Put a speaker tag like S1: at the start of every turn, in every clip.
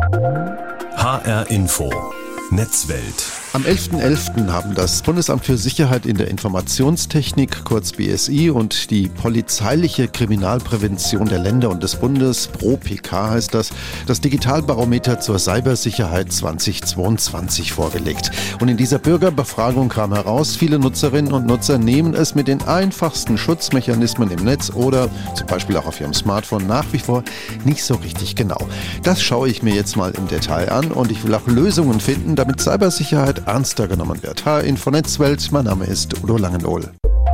S1: HR Info Netzwelt.
S2: Am 11.11. haben das Bundesamt für Sicherheit in der Informationstechnik, kurz BSI, und die polizeiliche Kriminalprävention der Länder und des Bundes, ProPK heißt das Digitalbarometer zur Cybersicherheit 2022 vorgelegt. Und in dieser Bürgerbefragung kam heraus, viele Nutzerinnen und Nutzer nehmen es mit den einfachsten Schutzmechanismen im Netz oder zum Beispiel auch auf ihrem Smartphone nach wie vor nicht so richtig genau. Das schaue ich mir jetzt mal im Detail an und ich will auch Lösungen finden, damit Cybersicherheit ernster genommen wird. HR-Info Netzwelt, mein Name ist Udo Langenohl.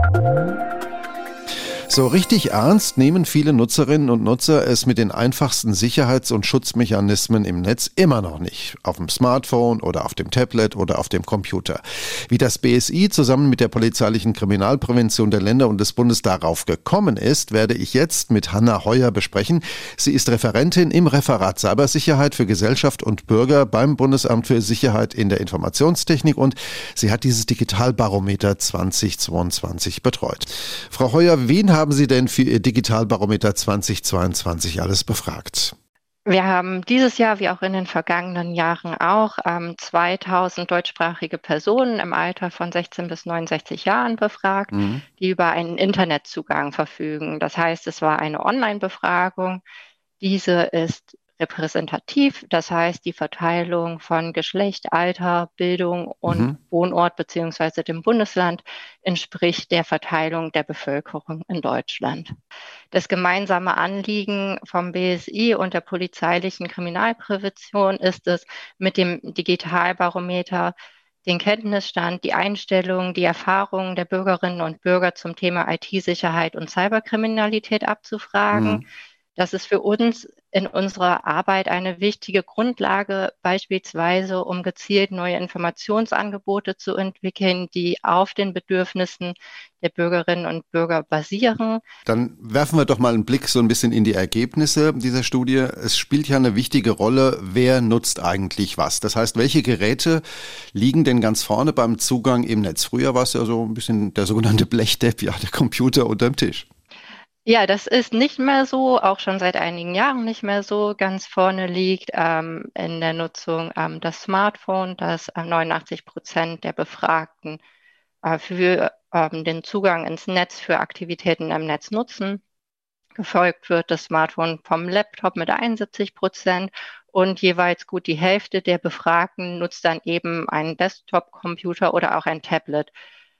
S2: So richtig ernst nehmen viele Nutzerinnen und Nutzer es mit den einfachsten Sicherheits- und Schutzmechanismen im Netz immer noch nicht. Auf dem Smartphone oder auf dem Tablet oder auf dem Computer. Wie das BSI zusammen mit der polizeilichen Kriminalprävention der Länder und des Bundes darauf gekommen ist, werde ich jetzt mit Hanna Heuer besprechen. Sie ist Referentin im Referat Cybersicherheit für Gesellschaft und Bürger beim Bundesamt für Sicherheit in der Informationstechnik und sie hat dieses Digitalbarometer 2022 betreut. Frau Heuer, wen haben Sie denn für Ihr Digitalbarometer 2022 alles befragt?
S3: Wir haben dieses Jahr, wie auch in den vergangenen Jahren auch, 2000 deutschsprachige Personen im Alter von 16 bis 69 Jahren befragt, die über einen Internetzugang verfügen. Das heißt, es war eine Online-Befragung. Diese ist repräsentativ, das heißt, die Verteilung von Geschlecht, Alter, Bildung und Wohnort bzw. dem Bundesland entspricht der Verteilung der Bevölkerung in Deutschland. Das gemeinsame Anliegen vom BSI und der polizeilichen Kriminalprävention ist es, mit dem Digitalbarometer den Kenntnisstand, die Einstellung, die Erfahrungen der Bürgerinnen und Bürger zum Thema IT-Sicherheit und Cyberkriminalität abzufragen. Das ist für uns in unserer Arbeit eine wichtige Grundlage, beispielsweise um gezielt neue Informationsangebote zu entwickeln, die auf den Bedürfnissen der Bürgerinnen und Bürger basieren.
S2: Dann werfen wir doch mal einen Blick so ein bisschen in die Ergebnisse dieser Studie. Es spielt ja eine wichtige Rolle, wer nutzt eigentlich was. Das heißt, welche Geräte liegen denn ganz vorne beim Zugang im Netz? Früher war es ja so ein bisschen der sogenannte Blechdepp, ja, der Computer unterm Tisch.
S3: Ja, das ist nicht mehr so, auch schon seit einigen Jahren nicht mehr so. Ganz vorne liegt in der Nutzung das Smartphone, das 89% der Befragten für den Zugang ins Netz für Aktivitäten im Netz nutzen. Gefolgt wird das Smartphone vom Laptop mit 71% und jeweils gut die Hälfte der Befragten nutzt dann eben einen Desktop-Computer oder auch ein Tablet.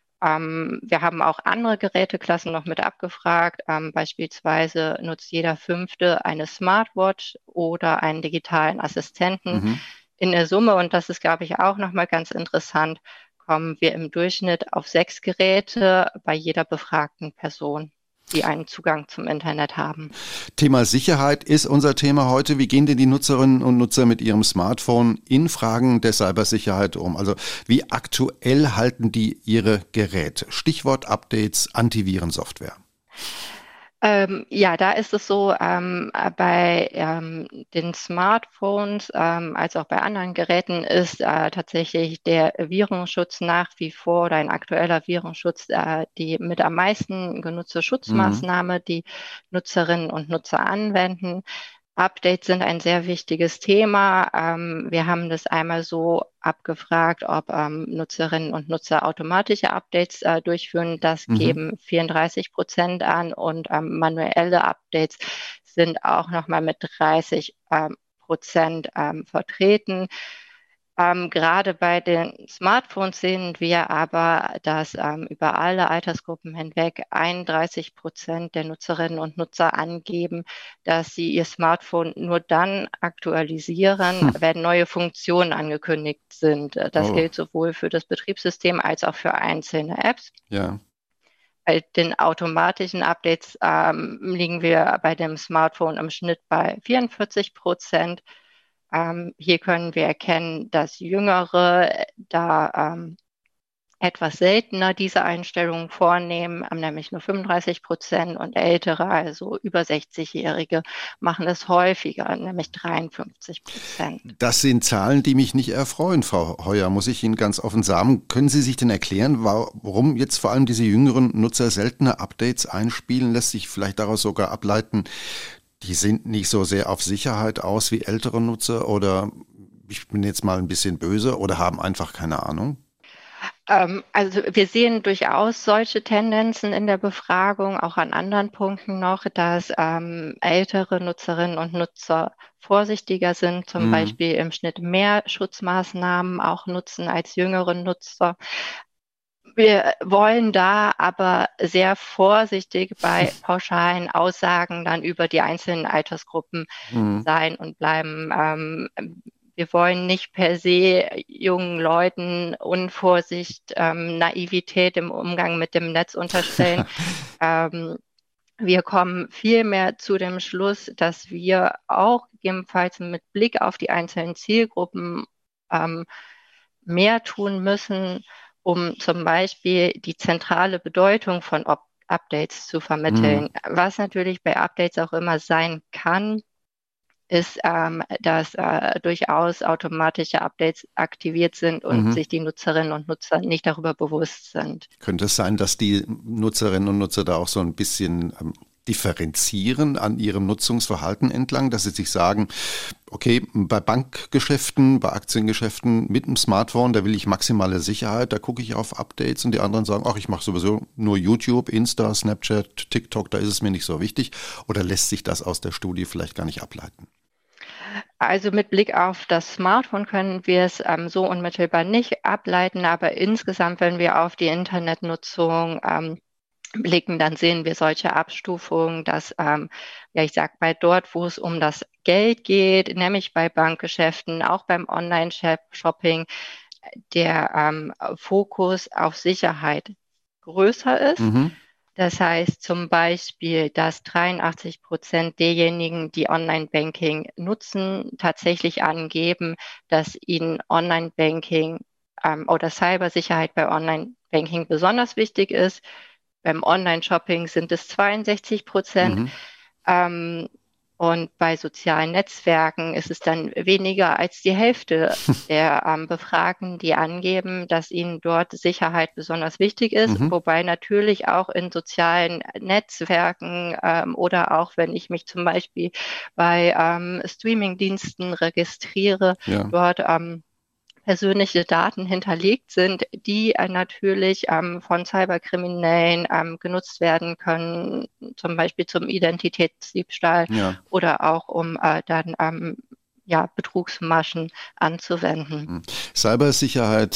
S3: Wir haben auch andere Geräteklassen noch mit abgefragt. Beispielsweise nutzt jeder Fünfte eine Smartwatch oder einen digitalen Assistenten. In der Summe, und das ist, glaube ich, auch nochmal ganz interessant, kommen wir im Durchschnitt auf 6 Geräte bei jeder befragten Person, die einen Zugang zum Internet haben.
S2: Thema Sicherheit ist unser Thema heute. Wie gehen denn die Nutzerinnen und Nutzer mit ihrem Smartphone in Fragen der Cybersicherheit um? Also wie aktuell halten die ihre Geräte? Stichwort Updates, Antivirensoftware.
S3: Ja, da ist es so, bei den Smartphones als auch bei anderen Geräten ist tatsächlich der Virenschutz nach wie vor oder ein aktueller Virenschutz die mit am meisten genutzte Schutzmaßnahme, die Nutzerinnen und Nutzer anwenden. Updates sind ein sehr wichtiges Thema. Wir haben das einmal so abgefragt, ob Nutzerinnen und Nutzer automatische Updates durchführen. Das geben 34% an und manuelle Updates sind auch nochmal mit 30% vertreten. Gerade bei den Smartphones sehen wir aber, dass über alle Altersgruppen hinweg 31% der Nutzerinnen und Nutzer angeben, dass sie ihr Smartphone nur dann aktualisieren, wenn neue Funktionen angekündigt sind. Das gilt sowohl für das Betriebssystem als auch für einzelne Apps.
S2: Ja.
S3: Bei den automatischen Updates liegen wir bei dem Smartphone im Schnitt bei 44%. Hier können wir erkennen, dass Jüngere da etwas seltener diese Einstellungen vornehmen, nämlich nur 35% und Ältere, also über 60-Jährige, machen es häufiger, nämlich 53%.
S2: Das sind Zahlen, die mich nicht erfreuen, Frau Heuer, muss ich Ihnen ganz offen sagen. Können Sie sich denn erklären, warum jetzt vor allem diese jüngeren Nutzer seltener Updates einspielen? Lässt sich vielleicht daraus sogar ableiten, Die sind nicht so sehr auf Sicherheit aus wie ältere Nutzer oder ich bin jetzt mal ein bisschen böse oder haben einfach keine Ahnung?
S3: Also wir sehen durchaus solche Tendenzen in der Befragung, auch an anderen Punkten noch, dass ältere Nutzerinnen und Nutzer vorsichtiger sind, zum
S2: Mhm.
S3: Beispiel im Schnitt mehr Schutzmaßnahmen auch nutzen als jüngere Nutzer. Wir wollen da aber sehr vorsichtig bei pauschalen Aussagen dann über die einzelnen Altersgruppen
S2: Mhm.
S3: sein und bleiben. Wir wollen nicht per se jungen Leuten Unvorsicht, Naivität im Umgang mit dem Netz unterstellen. Ähm, Wir kommen vielmehr zu dem Schluss, dass wir auch gegebenenfalls mit Blick auf die einzelnen Zielgruppen ähm, mehr tun müssen, um zum Beispiel die zentrale Bedeutung von Updates zu
S2: Mhm.
S3: vermitteln. Was natürlich bei Updates auch immer sein kann, ist, dass durchaus automatische Updates aktiviert sind und
S2: Mhm.
S3: sich die Nutzerinnen und Nutzer nicht darüber bewusst sind.
S2: Könnte es sein, dass die Nutzerinnen und Nutzer da auch so ein bisschen differenzieren an ihrem Nutzungsverhalten entlang, dass sie sich sagen, okay, bei Bankgeschäften, bei Aktiengeschäften mit dem Smartphone, da will ich maximale Sicherheit, da gucke ich auf Updates und die anderen sagen, ach, ich mache sowieso nur YouTube, Insta, Snapchat, TikTok, da ist es mir nicht so wichtig. Oder lässt sich das aus der Studie vielleicht gar nicht ableiten?
S3: Also mit Blick auf das Smartphone können wir es so unmittelbar nicht ableiten, aber insgesamt, wenn wir auf die Internetnutzung blicken, dann sehen wir solche Abstufungen, dass, ja, ich sag mal, dort, wo es um das Geld geht, nämlich bei Bankgeschäften, auch beim Online-Shopping, der Fokus auf Sicherheit größer ist.
S2: Mhm.
S3: Das heißt zum Beispiel, dass 83% derjenigen, die Online-Banking nutzen, tatsächlich angeben, dass ihnen Online-Banking oder Cybersicherheit bei Online-Banking besonders wichtig ist. Beim Online-Shopping sind es 62%.
S2: Mhm.
S3: Ähm, und bei sozialen Netzwerken ist es dann weniger als die Hälfte der Befragten, die angeben, dass ihnen dort Sicherheit besonders wichtig ist,
S2: Mhm.
S3: wobei natürlich auch in sozialen Netzwerken oder auch wenn ich mich zum Beispiel bei Streamingdiensten registriere,
S2: Ja.
S3: dort persönliche Daten hinterlegt sind, die natürlich von Cyberkriminellen genutzt werden können, zum Beispiel zum Identitätsdiebstahl
S2: Ja.
S3: oder auch um dann ja, Betrugsmaschen anzuwenden.
S2: Cybersicherheit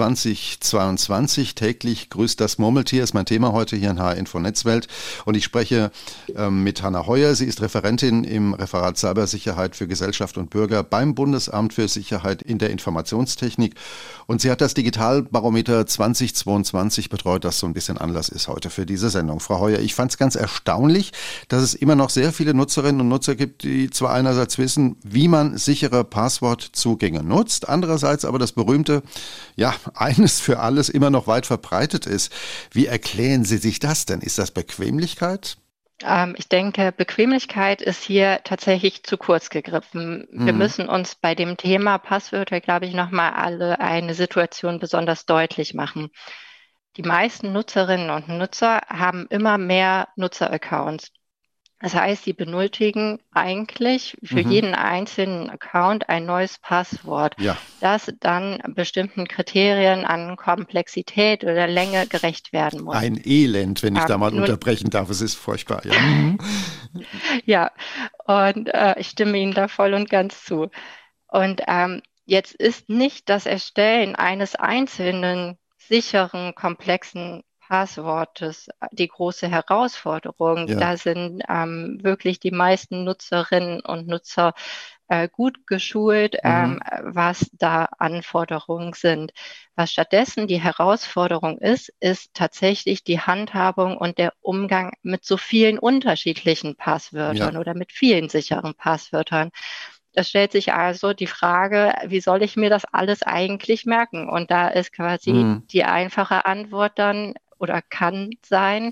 S2: 2022, täglich grüßt das Murmeltier, ist mein Thema heute hier in HR Info Netzwelt. Und ich spreche mit Hanna Heuer. Sie ist Referentin im Referat Cybersicherheit für Gesellschaft und Bürger beim Bundesamt für Sicherheit in der Informationstechnik. Und sie hat das Digitalbarometer 2022 betreut, das so ein bisschen Anlass ist heute für diese Sendung. Frau Heuer, ich fand es ganz erstaunlich, dass es immer noch sehr viele Nutzerinnen und Nutzer gibt, die zwar einerseits wissen, wie man sichere Passwortzugänge nutzt, andererseits aber das berühmte, ja, eines für alles immer noch weit verbreitet ist. Wie erklären Sie sich das denn? Ist das Bequemlichkeit?
S3: Ich denke, Bequemlichkeit ist hier tatsächlich zu kurz gegriffen. Wir
S2: Mhm.
S3: müssen uns bei dem Thema Passwörter, glaube ich, nochmal alle eine Situation besonders deutlich machen. Die meisten Nutzerinnen und Nutzer haben immer mehr Nutzeraccounts. Das heißt, sie benötigen eigentlich für
S2: Mhm.
S3: jeden einzelnen Account ein neues Passwort,
S2: Ja,
S3: das dann bestimmten Kriterien an Komplexität oder Länge gerecht werden muss.
S2: ein Elend, wenn ich da mal
S3: Nun,
S2: unterbrechen darf. Es ist furchtbar. Ja. Mhm.
S3: ja, und ich stimme Ihnen da voll und ganz zu. Und jetzt ist nicht das Erstellen eines einzelnen, sicheren, komplexen Passwortes die große Herausforderung.
S2: Ja.
S3: Da sind wirklich die meisten Nutzerinnen und Nutzer gut geschult,
S2: Mhm.
S3: was da Anforderungen sind. Was stattdessen die Herausforderung ist, ist tatsächlich die Handhabung und der Umgang mit so vielen unterschiedlichen
S2: Ja.
S3: Passwörtern oder mit vielen sicheren Passwörtern. Es stellt sich also die Frage, wie soll ich mir das alles eigentlich merken? Und da ist quasi
S2: Mhm.
S3: die einfache Antwort dann oder kann sein,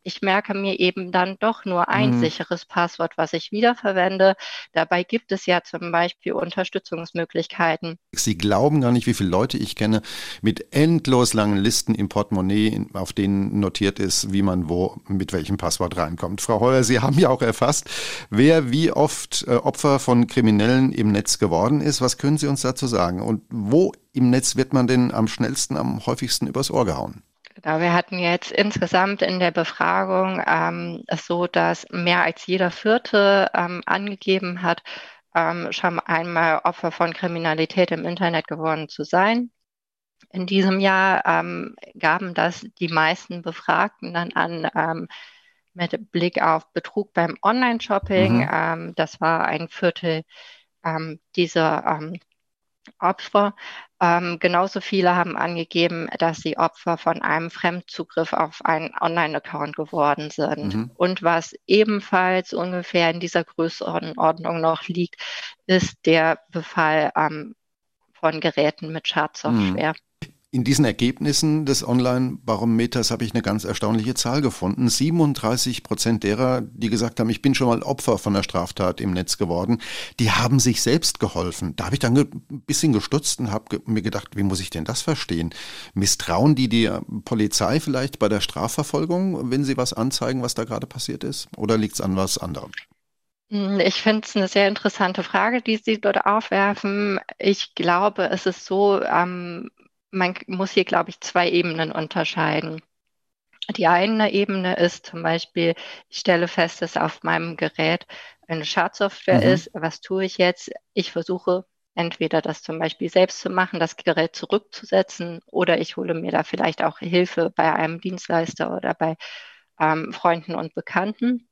S3: ich merke mir eben dann doch nur ein sicheres Passwort, was ich wiederverwende. Dabei gibt es ja zum Beispiel Unterstützungsmöglichkeiten.
S2: Sie glauben gar nicht, wie viele Leute ich kenne mit endlos langen Listen im Portemonnaie, auf denen notiert ist, wie man wo mit welchem Passwort reinkommt. Frau Heuer, Sie haben ja auch erfasst, wer wie oft Opfer von Kriminellen im Netz geworden ist. Was können Sie uns dazu sagen? Und wo im Netz wird man denn am schnellsten, am häufigsten übers Ohr gehauen?
S3: Genau, wir hatten jetzt insgesamt in der Befragung es so, dass mehr als jeder Vierte angegeben hat, schon einmal Opfer von Kriminalität im Internet geworden zu sein. In diesem Jahr gaben das die meisten Befragten dann an mit Blick auf Betrug beim Online-Shopping. Das war ein Viertel dieser Opfer. Genauso viele haben angegeben, dass sie Opfer von einem Fremdzugriff auf einen Online-Account geworden sind. Und was ebenfalls ungefähr in dieser Größenordnung noch liegt, ist der Befall von Geräten mit Schadsoftware.
S2: In diesen Ergebnissen des Online-Barometers habe ich eine ganz erstaunliche Zahl gefunden. 37% derer, die gesagt haben, ich bin schon mal Opfer von einer Straftat im Netz geworden, die haben sich selbst geholfen. Da habe ich dann ein bisschen gestutzt und habe mir gedacht, wie muss ich denn das verstehen? Misstrauen die der Polizei vielleicht bei der Strafverfolgung, wenn sie was anzeigen, was da gerade passiert ist? Oder liegt es an was anderem?
S3: Ich finde es eine sehr interessante Frage, die Sie dort aufwerfen. Ich glaube, es ist so, man muss hier, glaube ich, zwei Ebenen unterscheiden. Die eine Ebene ist zum Beispiel, ich stelle fest, dass auf meinem Gerät eine Schadsoftware ist. Was tue ich jetzt? Ich versuche entweder das zum Beispiel selbst zu machen, das Gerät zurückzusetzen, oder ich hole mir da vielleicht auch Hilfe bei einem Dienstleister oder bei Freunden und Bekannten.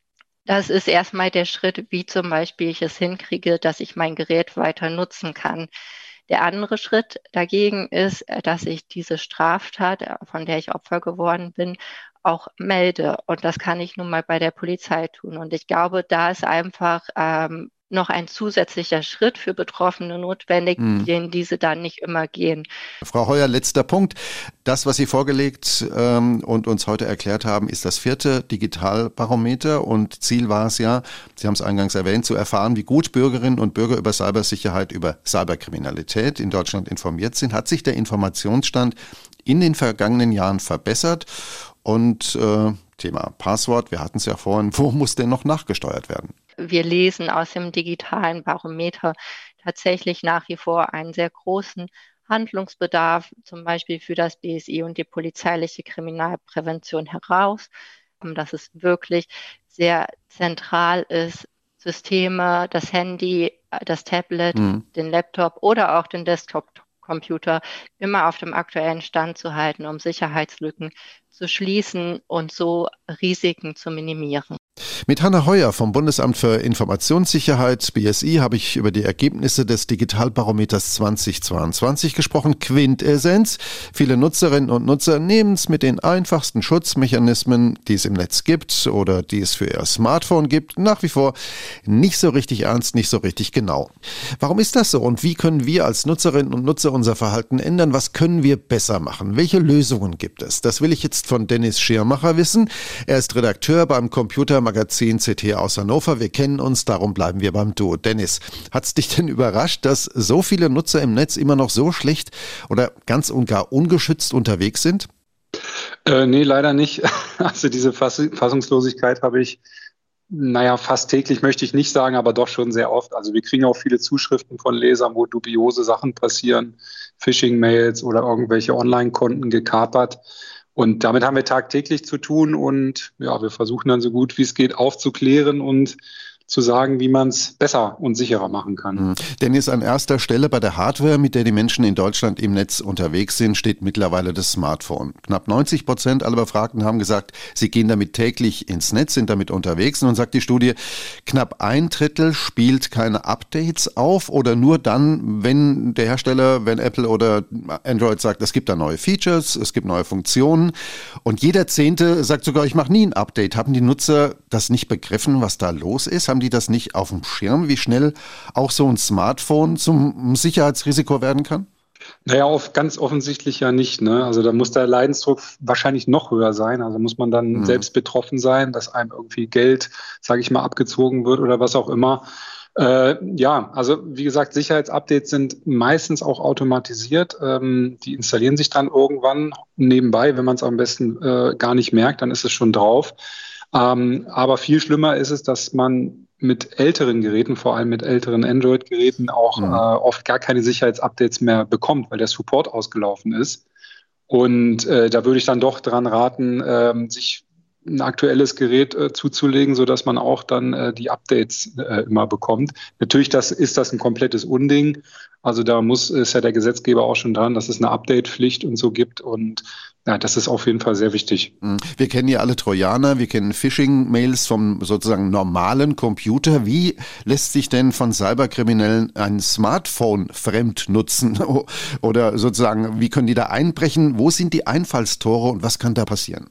S3: Das ist erstmal der Schritt, wie zum Beispiel ich es hinkriege, dass ich mein Gerät weiter nutzen kann. Der andere Schritt dagegen ist, dass ich diese Straftat, von der ich Opfer geworden bin, auch melde. Und das kann ich nun mal bei der Polizei tun. Und ich glaube, da ist einfach noch ein zusätzlicher Schritt für Betroffene notwendig, den diese dann nicht immer gehen.
S2: Frau Heuer, letzter Punkt. Das, was Sie vorgelegt und uns heute erklärt haben, ist das 4. Digitalbarometer. Und Ziel war es ja, Sie haben es eingangs erwähnt, zu erfahren, wie gut Bürgerinnen und Bürger über Cybersicherheit, über Cyberkriminalität in Deutschland informiert sind. Hat sich der Informationsstand in den vergangenen Jahren verbessert? Und Thema Passwort, wir hatten es ja vorhin, wo muss denn noch nachgesteuert werden?
S3: Wir lesen aus dem digitalen Barometer tatsächlich nach wie vor einen sehr großen Handlungsbedarf, zum Beispiel für das BSI und die polizeiliche Kriminalprävention heraus, dass es wirklich sehr zentral ist, Systeme, das Handy, das Tablet, den Laptop oder auch den Desktop-Computer immer auf dem aktuellen Stand zu halten, um Sicherheitslücken zu schließen und so Risiken zu minimieren.
S2: Mit Hanna Heuer vom Bundesamt für Informationssicherheit, BSI, habe ich über die Ergebnisse des Digitalbarometers 2022 gesprochen. Quintessenz: Viele Nutzerinnen und Nutzer nehmen es mit den einfachsten Schutzmechanismen, die es im Netz gibt oder die es für ihr Smartphone gibt, nach wie vor nicht so richtig ernst, nicht so richtig genau. Warum ist das so und wie können wir als Nutzerinnen und Nutzer unser Verhalten ändern? Was können wir besser machen? Welche Lösungen gibt es? Das will ich jetzt von Dennis Schirmacher wissen. Er ist Redakteur beim Computermagazin CT aus Hannover. Wir kennen uns, darum bleiben wir beim Du. Dennis, hat es dich denn überrascht, dass so viele Nutzer im Netz immer noch so schlecht oder ganz und gar ungeschützt unterwegs sind?
S4: Nee, leider nicht. Also diese Fassungslosigkeit habe ich, fast täglich möchte ich nicht sagen, aber doch schon sehr oft. Also wir kriegen auch viele Zuschriften von Lesern, wo dubiose Sachen passieren, Phishing-Mails oder irgendwelche Online-Konten gekapert. Und damit haben wir tagtäglich zu tun und ja, wir versuchen dann so gut wie es geht aufzuklären und zu sagen, wie man es besser und sicherer machen kann.
S2: Dennis, an erster Stelle bei der Hardware, mit der die Menschen in Deutschland im Netz unterwegs sind, steht mittlerweile das Smartphone. Knapp 90% aller Befragten haben gesagt, sie gehen damit täglich ins Netz, sind damit unterwegs. Und nun sagt die Studie, knapp 1/3 spielt keine Updates auf oder nur dann, wenn der Hersteller, wenn Apple oder Android sagt, es gibt da neue Features, es gibt neue Funktionen. Und jeder 10. sagt sogar, ich mache nie ein Update. Haben die Nutzer das nicht begriffen, was da los ist? Haben die das nicht auf dem Schirm, wie schnell auch so ein Smartphone zum Sicherheitsrisiko werden kann?
S4: Naja, ganz offensichtlich ja nicht, ne? Also da muss der Leidensdruck wahrscheinlich noch höher sein. Also muss man dann selbst betroffen sein, dass einem irgendwie Geld, sage ich mal, abgezogen wird oder was auch immer. Ja, also wie gesagt, Sicherheitsupdates sind meistens auch automatisiert. Die installieren sich dann irgendwann nebenbei. Wenn man es am besten gar nicht merkt, dann ist es schon drauf. Aber viel schlimmer ist es, dass man mit älteren Geräten, vor allem mit älteren Android-Geräten, auch oft gar keine Sicherheitsupdates mehr bekommt, weil der Support ausgelaufen ist. Und da würde ich dann doch dran raten, sich ein aktuelles Gerät zuzulegen, sodass man auch dann die Updates immer bekommt. Natürlich ist das ein komplettes Unding. Also da ist ja der Gesetzgeber auch schon dran, dass es eine Update-Pflicht und so gibt. Und ja, das ist auf jeden Fall sehr wichtig.
S2: Wir kennen ja alle Trojaner, wir kennen Phishing-Mails vom sozusagen normalen Computer. Wie lässt sich denn von Cyberkriminellen ein Smartphone fremd nutzen? Oder sozusagen, wie können die da einbrechen? Wo sind die Einfallstore und was kann da passieren?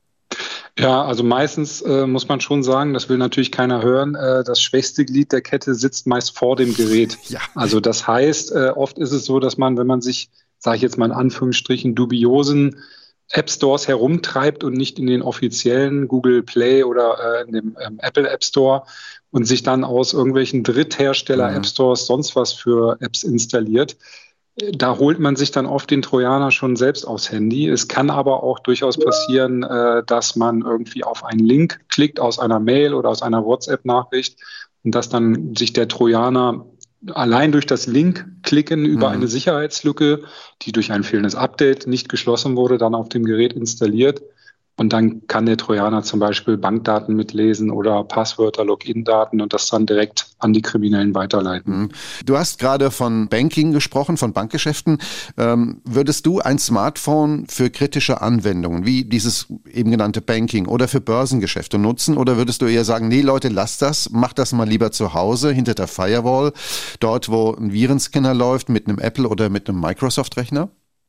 S4: Ja, also meistens muss man schon sagen, das will natürlich keiner hören, das schwächste Glied der Kette sitzt meist vor dem Gerät.
S2: Ja.
S4: Also das heißt, oft ist es so, dass man, wenn man sich, sage ich jetzt mal in Anführungsstrichen, dubiosen App Stores herumtreibt und nicht in den offiziellen Google Play oder in dem Apple App Store und sich dann aus irgendwelchen Dritthersteller App Stores sonst was für Apps installiert. Da holt man sich dann oft den Trojaner schon selbst aufs Handy. Es kann aber auch durchaus passieren, dass man irgendwie auf einen Link klickt aus einer Mail oder aus einer WhatsApp-Nachricht und dass dann sich der Trojaner allein durch das Link-Klicken über eine Sicherheitslücke, die durch ein fehlendes Update nicht geschlossen wurde, dann auf dem Gerät installiert. Und dann kann der Trojaner zum Beispiel Bankdaten mitlesen oder Passwörter, Login-Daten und das dann direkt an die Kriminellen weiterleiten.
S2: Du hast gerade von Banking gesprochen, von Bankgeschäften. Würdest du ein Smartphone für kritische Anwendungen, wie dieses eben genannte Banking oder für Börsengeschäfte nutzen? Oder würdest du eher sagen, nee Leute, lasst das, macht das mal lieber zu Hause, hinter der Firewall, dort wo ein Virenscanner läuft, mit einem Apple oder mit einem Microsoft-Rechner?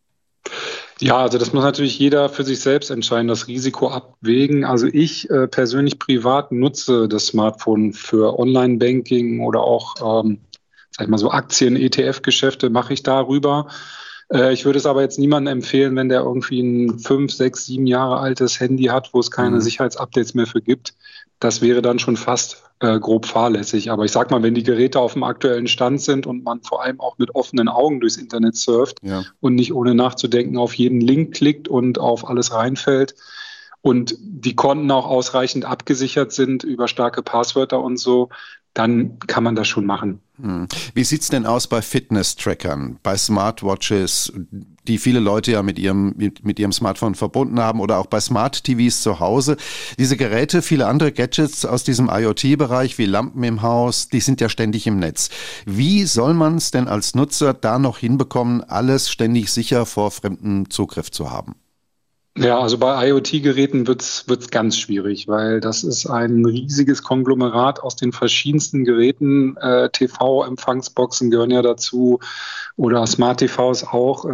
S4: Ja, also das muss natürlich jeder für sich selbst entscheiden, das Risiko abwägen. Also ich persönlich privat nutze das Smartphone für Online-Banking oder auch, sag ich mal so Aktien, ETF-Geschäfte mache ich darüber. Ich würde es aber jetzt niemandem empfehlen, wenn der irgendwie ein 5, 6, 7 Jahre altes Handy hat, wo es keine Sicherheitsupdates mehr für gibt. Das wäre dann schon fast grob fahrlässig. Aber ich sag mal, wenn die Geräte auf dem aktuellen Stand sind und man vor allem auch mit offenen Augen durchs Internet surft und nicht ohne nachzudenken auf jeden Link klickt und auf alles reinfällt und die Konten auch ausreichend abgesichert sind über starke Passwörter und so, dann kann man das schon machen.
S2: Wie sieht's denn aus bei Fitness-Trackern, bei Smartwatches, die viele Leute ja mit ihrem Smartphone verbunden haben oder auch bei Smart-TVs zu Hause? Diese Geräte, viele andere Gadgets aus diesem IoT-Bereich wie Lampen im Haus, die sind ja ständig im Netz. Wie soll man es denn als Nutzer da noch hinbekommen, alles ständig sicher vor fremdem Zugriff zu haben?
S4: Ja, also bei IoT-Geräten wird's ganz schwierig, weil das ist ein riesiges Konglomerat aus den verschiedensten Geräten. TV-Empfangsboxen gehören ja dazu oder Smart-TVs auch.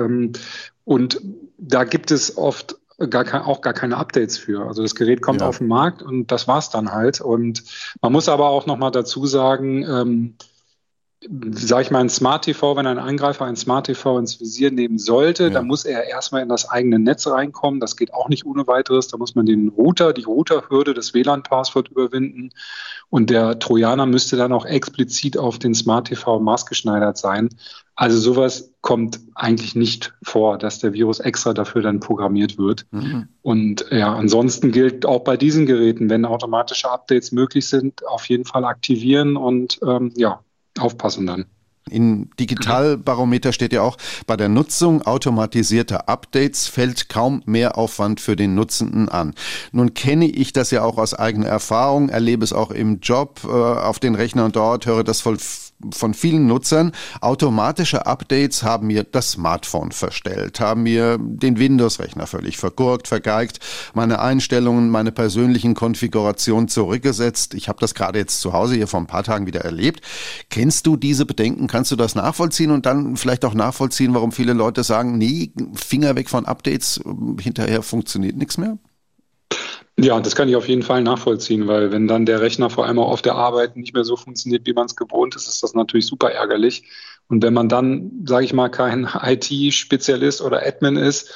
S4: Und da gibt es oft gar keine Updates für. Also das Gerät kommt auf den Markt und das war's dann halt. Und man muss aber auch noch mal dazu sagen, sage ich mal, ein Smart TV, wenn ein Angreifer ein Smart TV ins Visier nehmen sollte, dann muss er erstmal in das eigene Netz reinkommen. Das geht auch nicht ohne weiteres. Da muss man die Routerhürde, das WLAN-Passwort überwinden. Und der Trojaner müsste dann auch explizit auf den Smart TV maßgeschneidert sein. Also sowas kommt eigentlich nicht vor, dass der Virus extra dafür dann programmiert wird. Und ja, ansonsten gilt auch bei diesen Geräten, wenn automatische Updates möglich sind, auf jeden Fall aktivieren und aufpassen dann.
S2: Im Digitalbarometer steht ja auch, bei der Nutzung automatisierter Updates fällt kaum Mehraufwand für den Nutzenden an. Nun kenne ich das ja auch aus eigener Erfahrung, erlebe es auch im Job auf den Rechnern dort, höre das von vielen Nutzern. Automatische Updates haben mir das Smartphone verstellt, haben mir den Windows-Rechner völlig vergurkt, vergeigt, meine Einstellungen, meine persönlichen Konfigurationen zurückgesetzt. Ich habe das gerade jetzt zu Hause hier vor ein paar Tagen wieder erlebt. Kennst du diese Bedenken? Kannst du das nachvollziehen und dann vielleicht auch nachvollziehen, warum viele Leute sagen, nee, Finger weg von Updates, hinterher funktioniert nichts mehr?
S4: Ja, das kann ich auf jeden Fall nachvollziehen, weil wenn dann der Rechner vor allem auch auf der Arbeit nicht mehr so funktioniert, wie man es gewohnt ist, ist das natürlich super ärgerlich. Und wenn man dann, sage ich mal, kein IT-Spezialist oder Admin ist,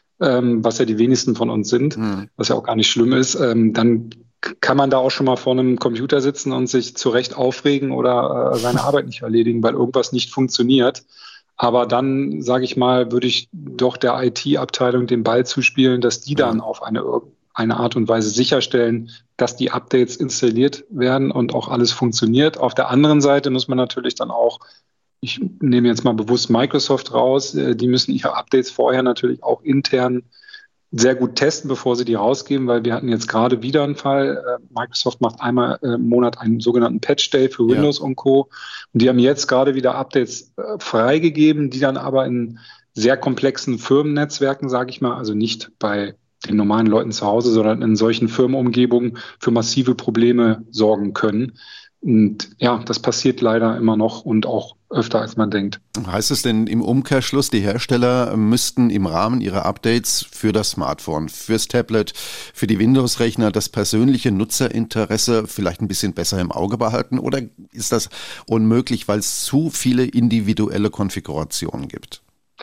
S4: was ja die wenigsten von uns sind, was ja auch gar nicht schlimm ist, dann kann man da auch schon mal vor einem Computer sitzen und sich zu Recht aufregen oder seine Arbeit nicht erledigen, weil irgendwas nicht funktioniert. Aber dann, sage ich mal, würde ich doch der IT-Abteilung den Ball zuspielen, dass die dann auf eine Art und Weise sicherstellen, dass die Updates installiert werden und auch alles funktioniert. Auf der anderen Seite muss man natürlich dann auch, ich nehme jetzt mal bewusst Microsoft raus, die müssen ihre Updates vorher natürlich auch intern sehr gut testen, bevor sie die rausgeben, weil wir hatten jetzt gerade wieder einen Fall. Microsoft macht einmal im Monat einen sogenannten Patch Day für Windows und Co. Und die haben jetzt gerade wieder Updates freigegeben, die dann aber in sehr komplexen Firmennetzwerken, sage ich mal, also nicht bei den normalen Leuten zu Hause, sondern in solchen Firmenumgebungen für massive Probleme sorgen können. Und ja, das passiert leider immer noch und auch öfter, als man denkt.
S2: Heißt es denn im Umkehrschluss, die Hersteller müssten im Rahmen ihrer Updates für das Smartphone, fürs Tablet, für die Windows-Rechner das persönliche Nutzerinteresse vielleicht ein bisschen besser im Auge behalten? Oder ist das unmöglich, weil es zu viele individuelle Konfigurationen gibt?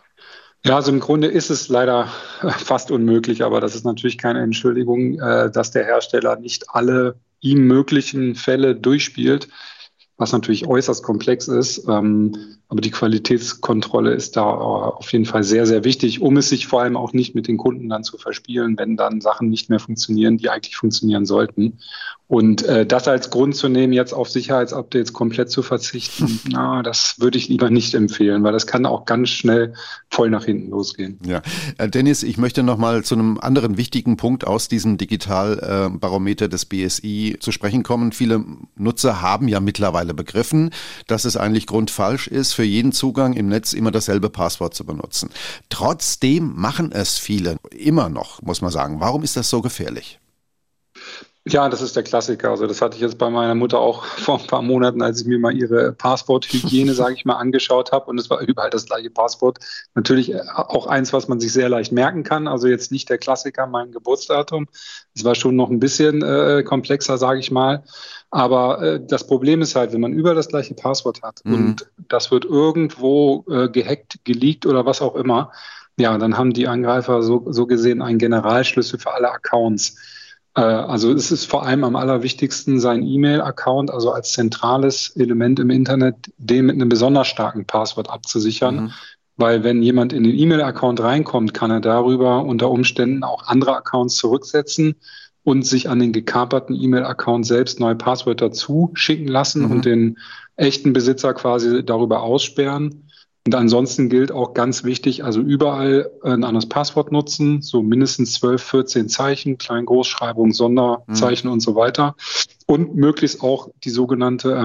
S4: Ja, also im Grunde ist es leider fast unmöglich, aber das ist natürlich keine Entschuldigung, dass der Hersteller nicht alle ihm möglichen Fälle durchspielt, was natürlich äußerst komplex ist. Aber die Qualitätskontrolle ist da auf jeden Fall sehr, sehr wichtig, um es sich vor allem auch nicht mit den Kunden dann zu verspielen, wenn dann Sachen nicht mehr funktionieren, die eigentlich funktionieren sollten. Und das als Grund zu nehmen, jetzt auf Sicherheitsupdates komplett zu verzichten, das würde ich lieber nicht empfehlen, weil das kann auch ganz schnell voll nach hinten losgehen.
S2: Ja, Dennis, ich möchte noch mal zu einem anderen wichtigen Punkt aus diesem Digitalbarometer des BSI zu sprechen kommen. Viele Nutzer haben ja mittlerweile begriffen, dass es eigentlich grundfalsch ist, für jeden Zugang im Netz immer dasselbe Passwort zu benutzen. Trotzdem machen es viele immer noch, muss man sagen. Warum ist das so gefährlich?
S4: Ja, das ist der Klassiker. Also das hatte ich jetzt bei meiner Mutter auch vor ein paar Monaten, als ich mir mal ihre Passworthygiene, sage ich mal, angeschaut habe. Und es war überall das gleiche Passwort. Natürlich auch eins, was man sich sehr leicht merken kann. Also jetzt nicht der Klassiker, mein Geburtsdatum. Es war schon noch ein bisschen komplexer, sage ich mal. Aber das Problem ist halt, wenn man überall das gleiche Passwort hat und das wird irgendwo gehackt, geleakt oder was auch immer, ja, dann haben die Angreifer so gesehen einen Generalschlüssel für alle Accounts. Also es ist vor allem am allerwichtigsten, sein E-Mail-Account, also als zentrales Element im Internet, den mit einem besonders starken Passwort abzusichern. Weil wenn jemand in den E-Mail-Account reinkommt, kann er darüber unter Umständen auch andere Accounts zurücksetzen und sich an den gekaperten E-Mail-Account selbst neue Passwörter zuschicken lassen und den echten Besitzer quasi darüber aussperren. Und ansonsten gilt auch ganz wichtig, also überall ein anderes Passwort nutzen, so mindestens 12, 14 Zeichen, Klein-Großschreibung, Sonderzeichen und so weiter. Und möglichst auch die sogenannte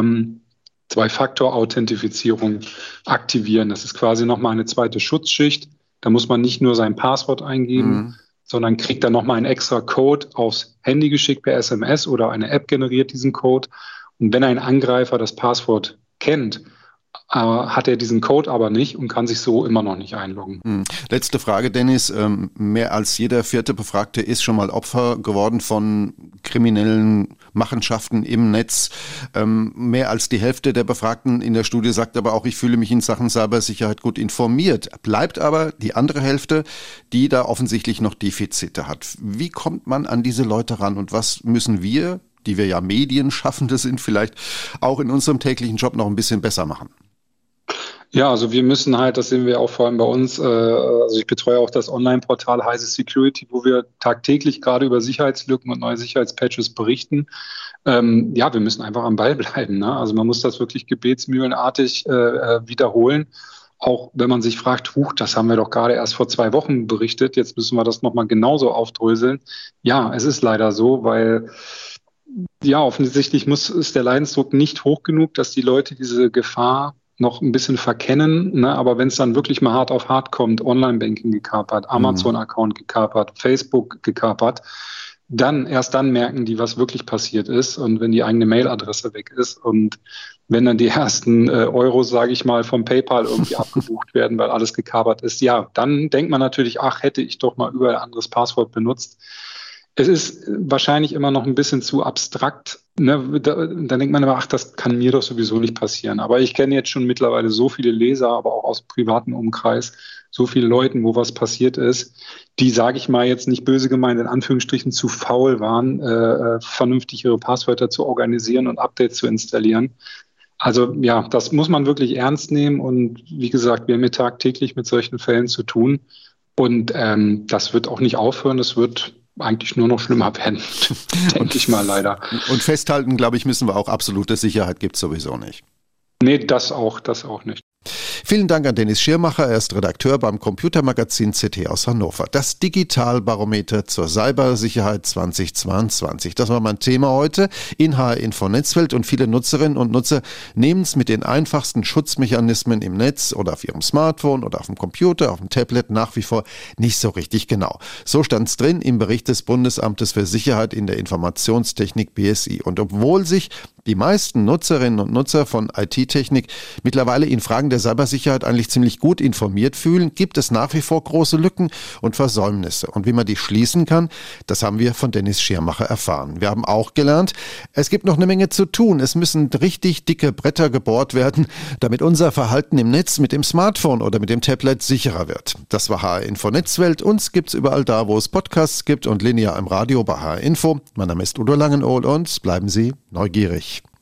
S4: Zwei-Faktor-Authentifizierung aktivieren. Das ist quasi nochmal eine zweite Schutzschicht. Da muss man nicht nur sein Passwort eingeben, sondern kriegt dann nochmal einen extra Code aufs Handy geschickt per SMS oder eine App generiert diesen Code. Und wenn ein Angreifer das Passwort kennt, hat er diesen Code aber nicht und kann sich so immer noch nicht einloggen.
S2: Letzte Frage, Dennis. Mehr als jeder vierte Befragte ist schon mal Opfer geworden von kriminellen Machenschaften im Netz. Mehr als die Hälfte der Befragten in der Studie sagt aber auch, ich fühle mich in Sachen Cybersicherheit gut informiert. Bleibt aber die andere Hälfte, die da offensichtlich noch Defizite hat. Wie kommt man an diese Leute ran und was müssen wir, die wir ja Medienschaffende sind, vielleicht auch in unserem täglichen Job noch ein bisschen besser machen?
S4: Ja, also wir müssen halt, das sehen wir auch vor allem bei uns, also ich betreue auch das Online-Portal Heise Security, wo wir tagtäglich gerade über Sicherheitslücken und neue Sicherheitspatches berichten. Ja, wir müssen einfach am Ball bleiben, ne? Also man muss das wirklich gebetsmühlenartig wiederholen. Auch wenn man sich fragt, das haben wir doch gerade erst vor 2 Wochen berichtet, jetzt müssen wir das nochmal genauso aufdröseln. Ja, es ist leider so, weil ja, offensichtlich ist der Leidensdruck nicht hoch genug, dass die Leute diese Gefahr noch ein bisschen verkennen, ne? Aber wenn es dann wirklich mal hart auf hart kommt, Online-Banking gekapert, Amazon-Account gekapert, Facebook gekapert, erst dann merken die, was wirklich passiert ist und wenn die eigene Mailadresse weg ist und wenn dann die ersten Euros, sage ich mal, vom PayPal irgendwie abgebucht werden, weil alles gekapert ist, ja, dann denkt man natürlich, hätte ich doch mal überall ein anderes Passwort benutzt. Es ist wahrscheinlich immer noch ein bisschen zu abstrakt. Ne? Da denkt man immer, ach, das kann mir doch sowieso nicht passieren. Aber ich kenne jetzt schon mittlerweile so viele Leser, aber auch aus privatem Umkreis, so viele Leuten, wo was passiert ist, die, sage ich mal jetzt nicht böse gemeint, in Anführungsstrichen zu faul waren, vernünftig ihre Passwörter zu organisieren und Updates zu installieren. Also ja, das muss man wirklich ernst nehmen. Und wie gesagt, wir haben hier tagtäglich mit solchen Fällen zu tun. Und das wird auch nicht aufhören. Es wird eigentlich nur noch schlimmer werden, denke ich mal leider.
S2: Und festhalten, glaube ich, müssen wir auch, absolute Sicherheit gibt es sowieso nicht.
S4: Nee, das auch nicht.
S2: Vielen Dank an Dennis Schirmacher, er ist Redakteur beim Computermagazin CT aus Hannover. Das Digitalbarometer zur Cybersicherheit 2022. Das war mein Thema heute in HR Info Netzwelt, und viele Nutzerinnen und Nutzer nehmen es mit den einfachsten Schutzmechanismen im Netz oder auf ihrem Smartphone oder auf dem Computer, auf dem Tablet nach wie vor nicht so richtig genau. So stand es drin im Bericht des Bundesamtes für Sicherheit in der Informationstechnik BSI. Und obwohl sich die meisten Nutzerinnen und Nutzer von IT-Technik mittlerweile in Fragen der Cybersicherheit eigentlich ziemlich gut informiert fühlen, gibt es nach wie vor große Lücken und Versäumnisse. Und wie man die schließen kann, das haben wir von Dennis Schirmacher erfahren. Wir haben auch gelernt, es gibt noch eine Menge zu tun. Es müssen richtig dicke Bretter gebohrt werden, damit unser Verhalten im Netz mit dem Smartphone oder mit dem Tablet sicherer wird. Das war HR Info Netzwelt. Uns gibt's überall da, wo es Podcasts gibt, und linear im Radio bei HR Info. Mein Name ist Udo Langenohl und bleiben Sie neugierig.